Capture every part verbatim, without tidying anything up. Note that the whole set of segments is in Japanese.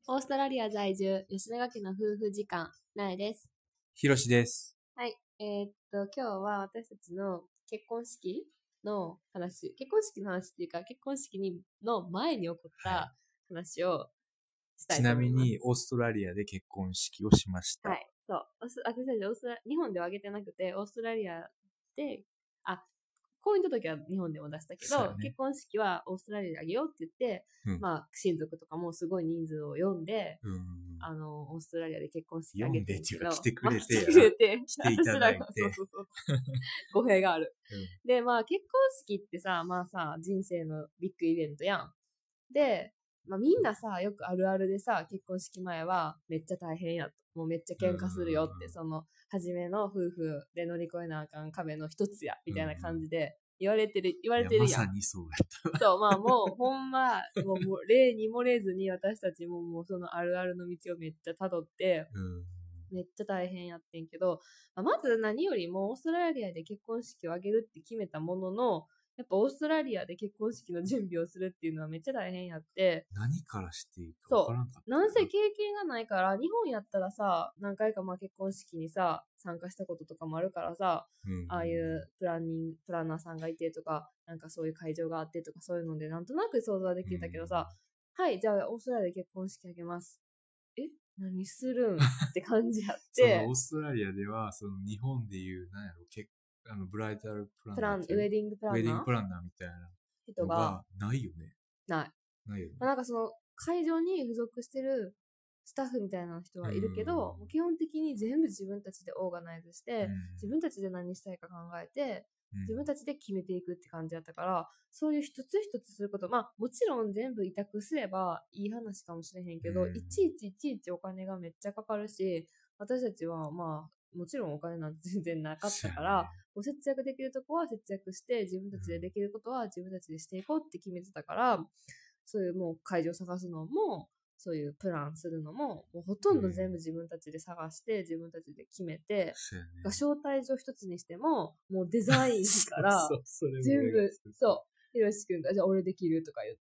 オーストラリア在住、吉永家の夫婦時間、なえです。 ひろしです。 はい。えーっと、今日は私たちの結婚式の話、結婚式の話っていうか、結婚式にの前に起こっはい。 た話をしたちいと思います。 なみに、オーストラリアで結婚式をしました。 はい。そう。オース私たちオーストラ、日本では挙げてなくて、オーストラリアで、あ、婚姻届は日本でも出したけど、 そうやね。 結婚式はオーストラリアであげようって言って、 うん。 まあ、親族とかもすごい人数を呼んで、 うん。 あの、オーストラリアで結婚式あ読げてんけど、 んでっていうか来てくまあ、 れてやな。 来てくれて、 来ていただいて。 私らが、そうそうそう、語弊がある。 うん。 で、まあ、結婚式ってさ、まあさ、人生のビッグイベントやん。で、まあみんなさ、よくあるあるでさ、結婚式前はめっちゃ大変やと。もうめっちゃ喧嘩するよって、その、初めの夫婦で乗り越えなあかん壁の一つや、みたいな感じで言われてる、言われてるやん。 いや、まさにそうやった。 そう、まあもう、ほんま、もう、もう例に漏れずに私たちももうそのあるあるの道をめっちゃ辿って、 うん。 めっちゃ大変やってんけど、まあ、まず何よりもオーストラリアで結婚式を挙げるって決めたものの、やっぱオーストラリアで結婚式の準備をするっていうのはめっちゃ大変やって、 何からしていいかわそからんかったう。なんせ経験がないから、日本やったらさ、何回かまあ結婚式にさ、参加したこととかもあるからさ、 うん。 ああいうプランニング、プランナーさんがいてとか、なんかそういう会場があってとかそういうので、なんとなく想像はできてたけどさ、はい、じゃあオーストラリアで結婚式あげます。え何するんって感じやっそのオて、 ーストラリアでは、その日本でいう、なんやろ、結あのブライダルプラプラン、 ンナーっていう、 ウェディングプウェディンランナーグプランナーみたいな人がのがないよね。 ない。 ないよね。 まあ、なんかその会場に付属してるスタッフみたいな人はいるけど、もう基本的に全部自分たちでオーガナイズして、自分たちで何したいか考えて、自分たちで決めていくって感じだったから、そういう一つ一つすること、まあもちろん全部委託すればいい話かもしれへんけど、いちいちいちいちお金がめっちゃかかるし、私たちはまあもちろんお金なんて全然なかったから、もう節約できるとこは節約して、自分たちでできることは自分たちでしていこうって決めてたから、そういうもう会場探すのも、そういうプランするのも、もうほとんど全部自分たちで探して、自分たちで決めて、招待状一つにしても、もうデザインから、全部、そう、ひろしくんが、じゃあ俺できるとか言って、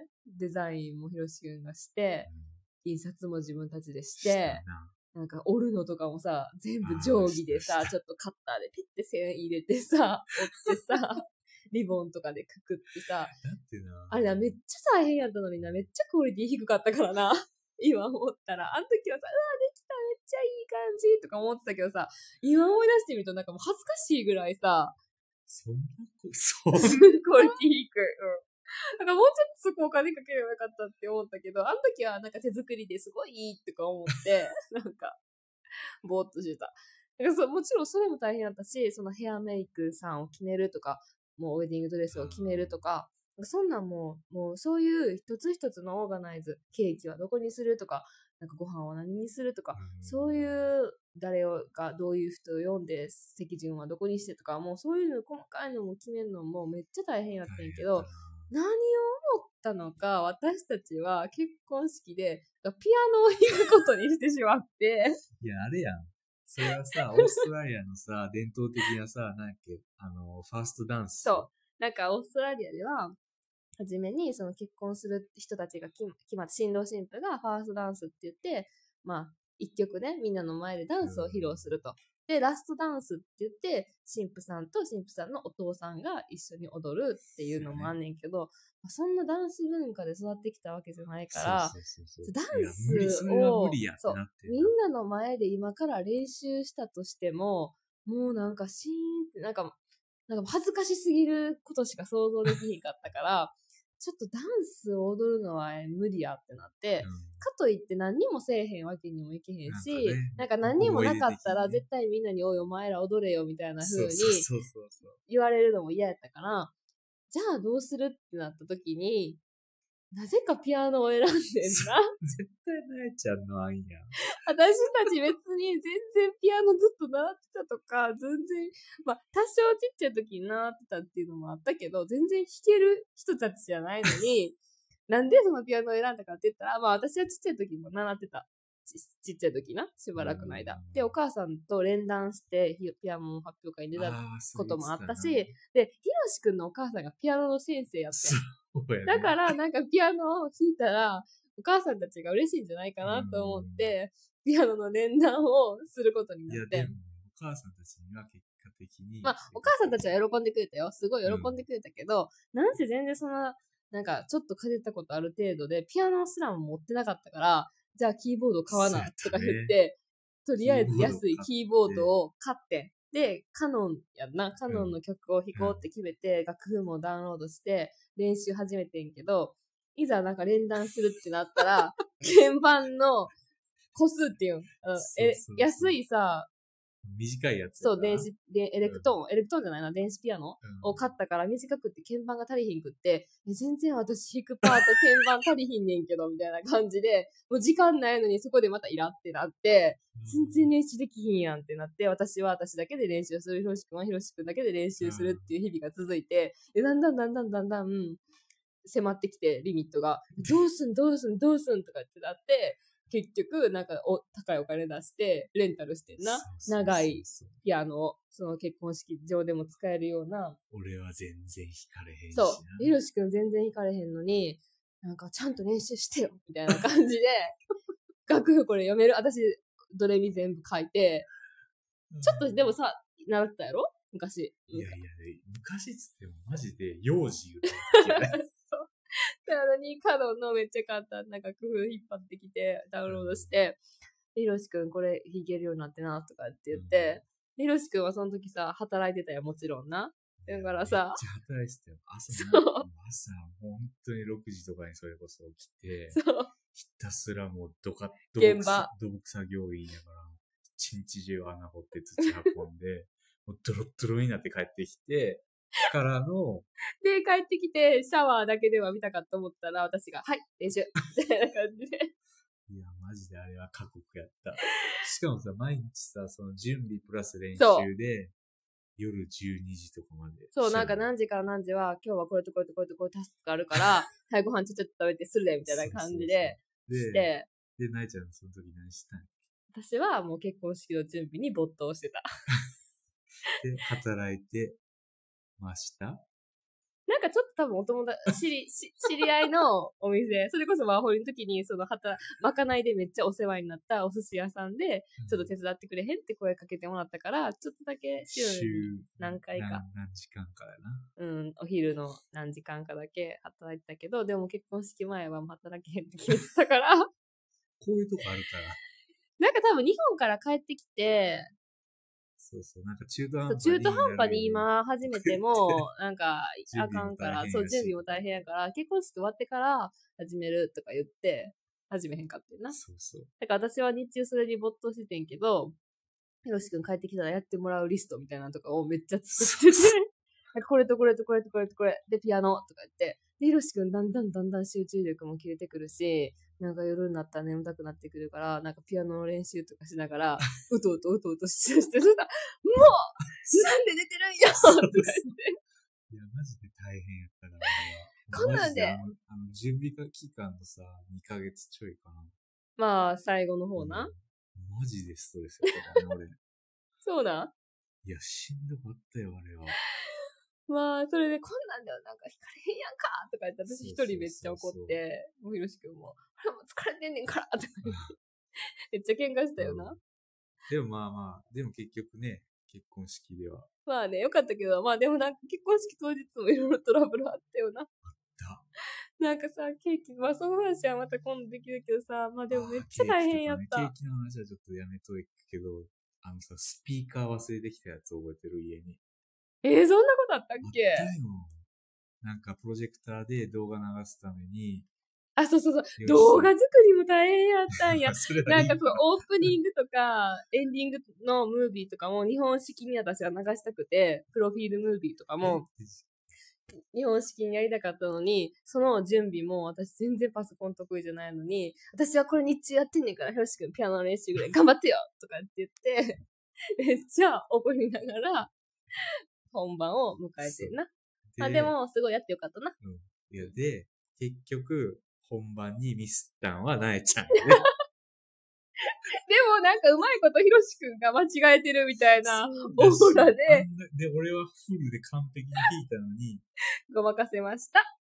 デザインもひろしくんがして、印刷も自分たちでして、なんか折るのとかもさ、全部定規でさ、ちょっとカッターでピッて線入れてさ、折ってさ、リボンとかでくくってさ、あれな、めっちゃ大変やったのにな、めっちゃクオリティ低かったからな。今思ったら。あの時はさ、うわ、できた、めっちゃいい感じとか思ってたけどさ、今思い出してみるとなんかもう恥ずかしいぐらいさ、 そんなこ、そんなクオリティ低い。うん。なんかもうちょっとそこお金かければよかったって思ったけど、あの時はなんか手作りですごいいいとか思って、なんか、ぼーっとしてた。だからそうもちろんそれも大変だったし、そのヘアメイクさんを決めるとか、もうウェディングドレスを決めるとか、そんなんもう、もうそういう一つ一つのオーガナイズ、ケーキはどこにするとか、なんかご飯は何にするとか、そういう誰をがどういう人を読んで席順はどこにしてとか、もうそういうの細かいのも決めるのもめっちゃ大変やってんけど、何を思ったのか、私たちは結婚式でピアノを弾くことにしてしまって。 いや、あれやん。それはさ、オーストラリアのさ、伝統的なさ、なんやっけ、あの、ファーストダンス。 そう。なんかオーストラリアでは、はじめにその結婚する人たちが決まって、新郎新婦がファーストダンスって言って、まあ、一曲ね、みんなの前でダンスを披露すると。で、ラストダンスって言って、神父さんと神父さんのお父さんが一緒に踊るっていうのもあんねんけど、そんなダンス文化で育ってきたわけじゃないから、ダンスをそうみんなの前で今から練習したとしても、もうなんかシーンってなんか、なんか恥ずかしすぎることしか想像できひんかったから、ちょっとダンスを踊るのは無理やってなって、うん、かといって何にもせえへんわけにもいけへんし、なんか、ね、なんか何にもなかったら絶対みんなにおいお前ら踊れよみたいな風に言われるのも嫌やったから、じゃあどうするってなった時に、なぜかピアノを選んでんな。絶対なえちゃんの案や。 私たち別に全然ピアノずっと習ってたとか、全然、まあ多少ちっちゃい時に習ってたっていうのもあったけど、全然弾ける人たちじゃないのに、なんでそのピアノを選んだかって言ったら、まあ私はちっちゃい時も習ってた。ち, ちっちゃい時な、しばらくの間。で、お母さんと連弾してピアノ発表会に出たこともあったし、で、ひろしくんのお母さんがピアノの先生やって。 そうやね。 だから、なんかピアノを弾いたら、お母さんたちが嬉しいんじゃないかなと思って、ピアノの連弾をすることになって。 いや、でも、お母さんたちには結果的に。 まあ、お母さんたちは喜んでくれたよ。すごい喜んでくれたけど、うん、なんせ全然その、なんか、ちょっとかじったことある程度で、ピアノすらも持ってなかったから、じゃあキーボード買わな、とか言って、とりあえず安いキーボードを買って、で、カノンやんな、カノンの曲を弾こうって決めて、うん、楽譜もダウンロードして、練習始めてんけど、いざなんか連弾するってなったら、鍵盤の個数っていうの、あのえ安いさ、 短いやつ。 そう、電子、で、エレクトーン、うん、エレクトーンじゃないな、電子ピアノ、うん、を買ったから短くって鍵盤が足りひんくって、全然私弾くパート鍵盤足りひんねんけど、みたいな感じで、もう時間ないのにそこでまたイラってなって、全然練習できひんやんってなって、私は私だけで練習する、ひろしくんはひろしくんだけで練習するっていう日々が続いて、で、だんだんだんだんだんだん、迫ってきて、リミットが、どうすんどうすんどうすんとかってなって、結局、なんかお、高いお金出して、レンタルしてんな。長いピアノを、その結婚式場でも使えるような。 俺は全然弾かれへんしな。そう。ひろしくん全然弾かれへんのに、なんかちゃんと練習してよみたいな感じで、楽譜これ読める私、ドレミ全部書いて、ちょっとでもさ、習ったやろ昔。 いやいや、昔っつってもマジで幼児言うてる。 なのに、カノンのめっちゃ簡単な楽譜引っ張ってきて、ダウンロードして、ひろしくんこれ弾けるようになってな、とかって言って、ひろしくんはその時さ、働いてたよ、もちろんな。だからさ、 めっちゃ働いてたよ。朝、朝、本当にろくじとかにそれこそ起きて、そう。ひたすらもうどか、 現場。 土木作業員やから、一日中穴掘って土運んで、もうドロッドロになって帰ってきて、からの。 で、帰ってきて、シャワーだけでは見たかと思ったら、私が、はい、練習みたいな感じで。 いや、マジであれは過酷やった。しかもさ、毎日さ、その準備プラス練習で、夜じゅうにじとかまで。 そう、なんか何時から何時は、今日はこれとこれとこれとこれタスクがあるから、はい、ご飯ちょっと食べてするで、みたいな感じで、して。 で、なえちゃんその時何したん？ 私はもう結婚式の準備に没頭してた。 で、働いてました？ なんかちょっと多分お友達、知り、知り合いのお店、それこそワーホリの時に、その、はた、まかないでめっちゃお世話になったお寿司屋さんで、ちょっと手伝ってくれへんって声かけてもらったから、ちょっとだけ週に何回か。 何, 何時間かやな。 うん、お昼の何時間かだけ働いてたけど、でも結婚式前は働けへんって決めてたから。こういうとこあるから。 なんか多分日本から帰ってきて、 そうそう、なんか中途半端に。 中途半端に今始めても、なんか、あかんから、そう、準備も大変やから、結婚式終わってから始めるとか言って、始めへんかってんな。 そうそう。 だから私は日中それに没頭しててんけど、ひろしくん帰ってきたらやってもらうリストみたいなのとかをめっちゃ作ってて、これとこれとこれとこれとこれ、で、ピアノとか言って、で、ひろしくんだんだんだんだん集中力も切れてくるし、なんか夜になったら眠たくなってくるから、なんかピアノの練習とかしながら、うとうとうとうとしてる人が、もうなんで寝てるんやとか言って。 いや、マジで大変やったから、 こんなんで。 あの、あの準備期間のさ、にかげつちょいかな。 まあ、最後の方な。 うん、マジでストレスやったからね、俺。 そうなん？ いや、しんどかったよ、あれは。 まあ、それでこんなんではなんか惹かれへんやんかとか言って私一人めっちゃ怒って、もうひろしくんも、あれも疲れてんねんからとか言って、めっちゃ喧嘩したよな、うん。 でもまあまあ、でも結局ね、結婚式では。 まあね、よかったけど、まあでもなんか結婚式当日もいろいろトラブルあったよな。あった。なんかさ、ケーキ、まあその話はまた今度できるけどさ、まあでもめっちゃ大変やった。 ケーキ、ね、ケーキの話はちょっとやめといくけど、あのさ、スピーカー忘れてきたやつ覚えてる？家に。 えー、そんなことあったっけ？ あったよ。なんかプロジェクターで動画流すために。 あ、そうそうそう。動画作りも大変やったんや。なんかそのオープニングとかエンディングのムービーとかも日本式に私は流したくて、プロフィールムービーとかも日本式にやりたかったのに、その準備も私全然パソコン得意じゃないのに、私はこれ日中やってんねんから、ひろしくんピアノの練習ぐらい頑張ってよとかって言って、めっちゃ怒りながら、本番を迎えてるな。まあでも、すごいやってよかったな。 うん。いや、で、結局、本番にミスったんはなえちゃんね。でもなんかうまいことひろしくんが間違えてるみたいなオーラで。 で、俺はフルで完璧に弾いたのに。 ごまかせました。